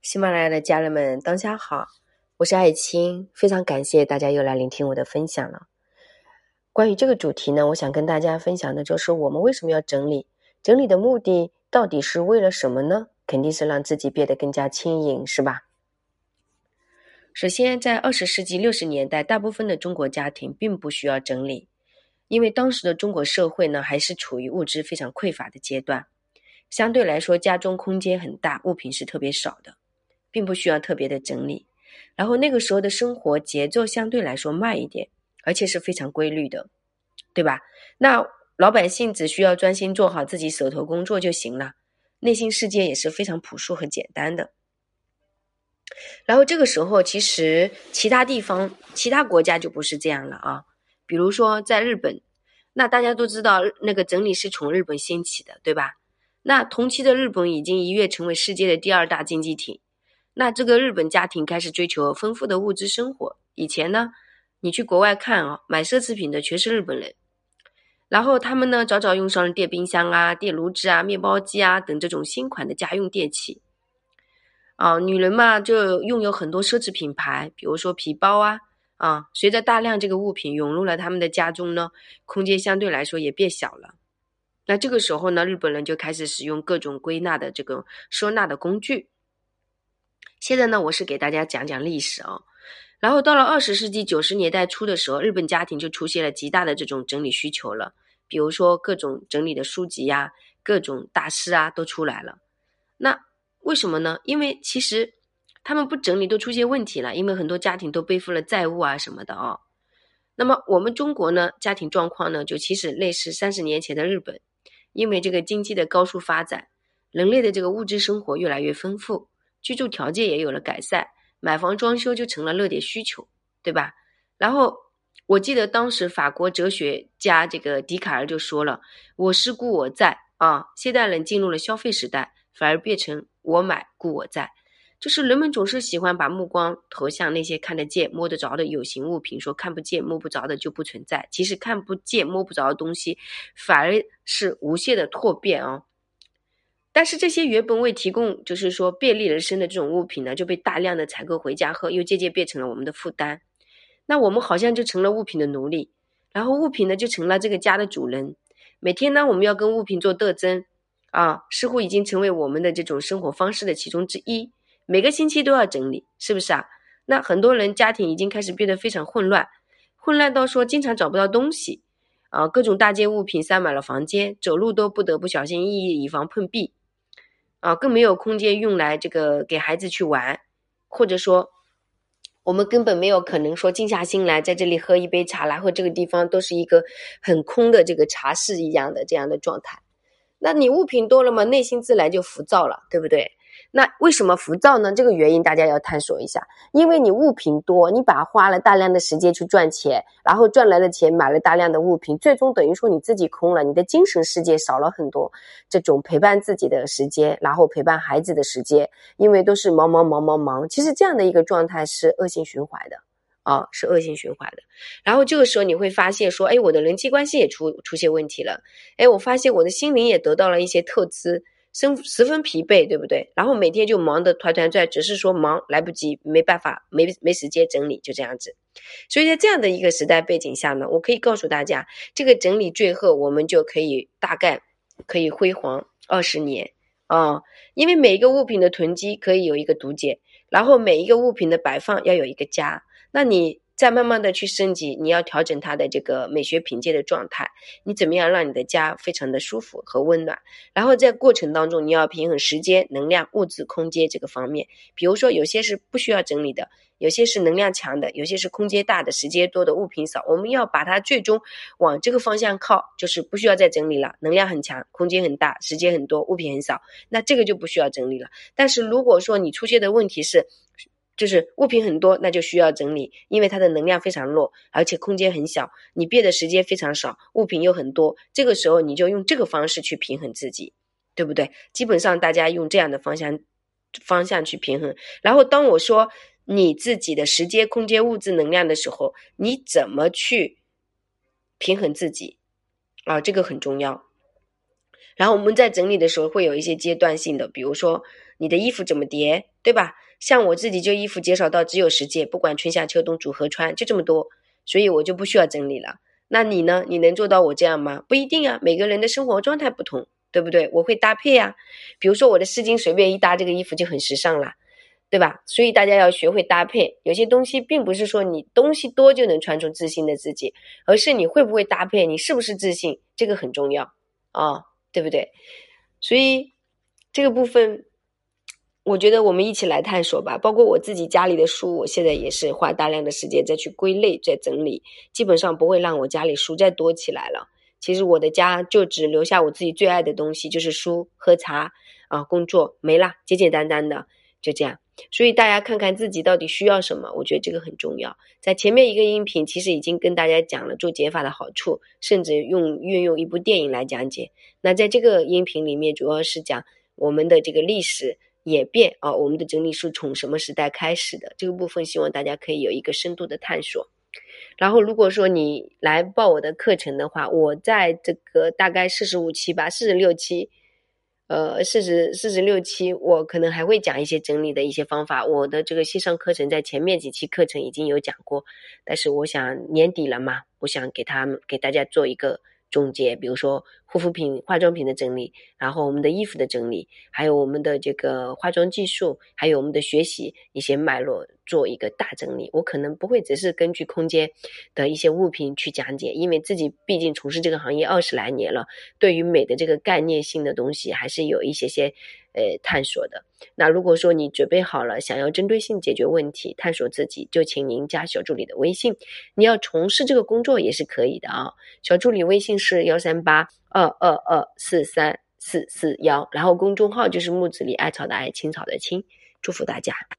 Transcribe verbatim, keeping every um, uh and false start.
喜马拉雅的家人们，当下好，我是爱青，非常感谢大家又来聆听我的分享了。关于这个主题呢，我想跟大家分享的就是我们为什么要整理，整理的目的到底是为了什么呢？肯定是让自己变得更加轻盈，是吧？首先，在二十世纪六十年代，大部分的中国家庭并不需要整理，因为当时的中国社会呢，还是处于物质非常匮乏的阶段，相对来说家中空间很大，物品是特别少的，并不需要特别的整理。然后那个时候的生活节奏相对来说慢一点，而且是非常规律的，对吧？那老百姓只需要专心做好自己手头工作就行了，内心世界也是非常朴素和简单的。然后这个时候其实其他地方其他国家就不是这样了啊。比如说在日本，那大家都知道那个整理是从日本兴起的，对吧？那同期的日本已经一跃成为世界的第二大经济体，那这个日本家庭开始追求丰富的物质生活。以前呢，你去国外看啊，买奢侈品的全是日本人，然后他们呢早早用上了电冰箱啊、电炉子啊、面包机啊等这种新款的家用电器啊。女人嘛就拥有很多奢侈品牌，比如说皮包啊啊。随着大量这个物品涌入了他们的家中呢，空间相对来说也变小了。那这个时候呢，日本人就开始使用各种归纳的这个收纳的工具。现在呢，我是给大家讲讲历史啊。然后到了二十世纪九十年代初的时候，日本家庭就出现了极大的这种整理需求了，比如说各种整理的书籍呀、各种大师啊都出来了。那为什么呢？因为其实他们不整理都出现问题了，因为很多家庭都背负了债务啊什么的啊。那么我们中国呢，家庭状况呢，就其实类似三十年前的日本，因为这个经济的高速发展，人类的这个物质生活越来越丰富，居住条件也有了改善，买房装修就成了热点需求，对吧？然后我记得当时法国哲学家这个笛卡尔就说了，我思故我在啊。现代人进入了消费时代，反而变成我买故我在，就是人们总是喜欢把目光投向那些看得见摸得着的有形物品，说看不见摸不着的就不存在。其实看不见摸不着的东西反而是无限的拓变啊。但是这些原本为提供就是说便利人生的这种物品呢，就被大量的采购回家后，又渐渐变成了我们的负担。那我们好像就成了物品的奴隶，然后物品呢就成了这个家的主人。每天呢我们要跟物品做斗争啊，似乎已经成为我们的这种生活方式的其中之一。每个星期都要整理，是不是啊？那很多人家庭已经开始变得非常混乱，混乱到说经常找不到东西啊，各种大件物品塞满了房间，走路都不得不小心翼翼，以防碰壁啊，更没有空间用来这个给孩子去玩，或者说我们根本没有可能说静下心来在这里喝一杯茶，然后这个地方都是一个很空的这个茶室一样的这样的状态。那你物品多了嘛，内心自然就浮躁了，对不对？那为什么浮躁呢？这个原因大家要探索一下。因为你物品多，你把花了大量的时间去赚钱，然后赚来的钱买了大量的物品，最终等于说你自己空了，你的精神世界少了很多这种陪伴自己的时间，然后陪伴孩子的时间，因为都是忙忙忙忙忙。其实这样的一个状态是恶性循环的啊，是恶性循环的。然后这个时候你会发现说，哎，我的人际关系也出出现问题了，哎，我发现我的心灵也得到了一些透支，生十分疲惫，对不对？然后每天就忙得团团转，只是说忙来不及，没办法，没没时间整理，就这样子。所以在这样的一个时代背景下呢，我可以告诉大家，这个整理最后我们就可以大概可以辉煌二十年啊，因为每一个物品的囤积可以有一个独解，然后每一个物品的摆放要有一个家。那你再慢慢的去升级，你要调整它的这个美学品鉴的状态，你怎么样让你的家非常的舒服和温暖。然后在过程当中你要平衡时间、能量、物质、空间这个方面。比如说有些是不需要整理的，有些是能量强的，有些是空间大的，时间多的，物品少，我们要把它最终往这个方向靠，就是不需要再整理了，能量很强，空间很大，时间很多，物品很少，那这个就不需要整理了。但是如果说你出现的问题是就是物品很多，那就需要整理，因为它的能量非常弱，而且空间很小，你变的时间非常少，物品又很多，这个时候你就用这个方式去平衡自己，对不对？基本上大家用这样的方向方向去平衡。然后当我说你自己的时间、空间、物质、能量的时候，你怎么去平衡自己啊？这个很重要。然后我们在整理的时候会有一些阶段性的，比如说你的衣服怎么叠，对吧？像我自己就衣服减少到只有十件，不管春夏秋冬组合穿，就这么多，所以我就不需要整理了。那你呢？你能做到我这样吗？不一定啊，每个人的生活状态不同，对不对？我会搭配啊，比如说我的丝巾随便一搭，这个衣服就很时尚了，对吧？所以大家要学会搭配，有些东西并不是说你东西多就能穿出自信的自己，而是你会不会搭配，你是不是自信，这个很重要啊，对不对？所以这个部分我觉得我们一起来探索吧，包括我自己家里的书，我现在也是花大量的时间再去归类再整理，基本上不会让我家里书再多起来了。其实我的家就只留下我自己最爱的东西，就是书、喝茶啊、工作，没了，简简单单的就这样。所以大家看看自己到底需要什么，我觉得这个很重要。在前面一个音频其实已经跟大家讲了做减法的好处，甚至用运用一部电影来讲解。那在这个音频里面主要是讲我们的这个历史演变啊，我们的整理是从什么时代开始的，这个部分希望大家可以有一个深度的探索。然后如果说你来报我的课程的话，我在这个大概四十五期吧，四十六期呃四十四十六期我可能还会讲一些整理的一些方法。我的这个线上课程在前面几期课程已经有讲过，但是我想年底了嘛，我想给他们给大家做一个总结，比如说护肤品、化妆品的整理，然后我们的衣服的整理，还有我们的这个化妆技术，还有我们的学习一些脉络做一个大整理。我可能不会只是根据空间的一些物品去讲解，因为自己毕竟从事这个行业二十来年了，对于美的这个概念性的东西还是有一些些呃探索的。那如果说你准备好了，想要针对性解决问题，探索自己，就请您加小助理的微信。你要从事这个工作也是可以的啊，小助理微信是幺三八二二二四三四四一，然后公众号就是木子李艾草的艾，青草的青。祝福大家。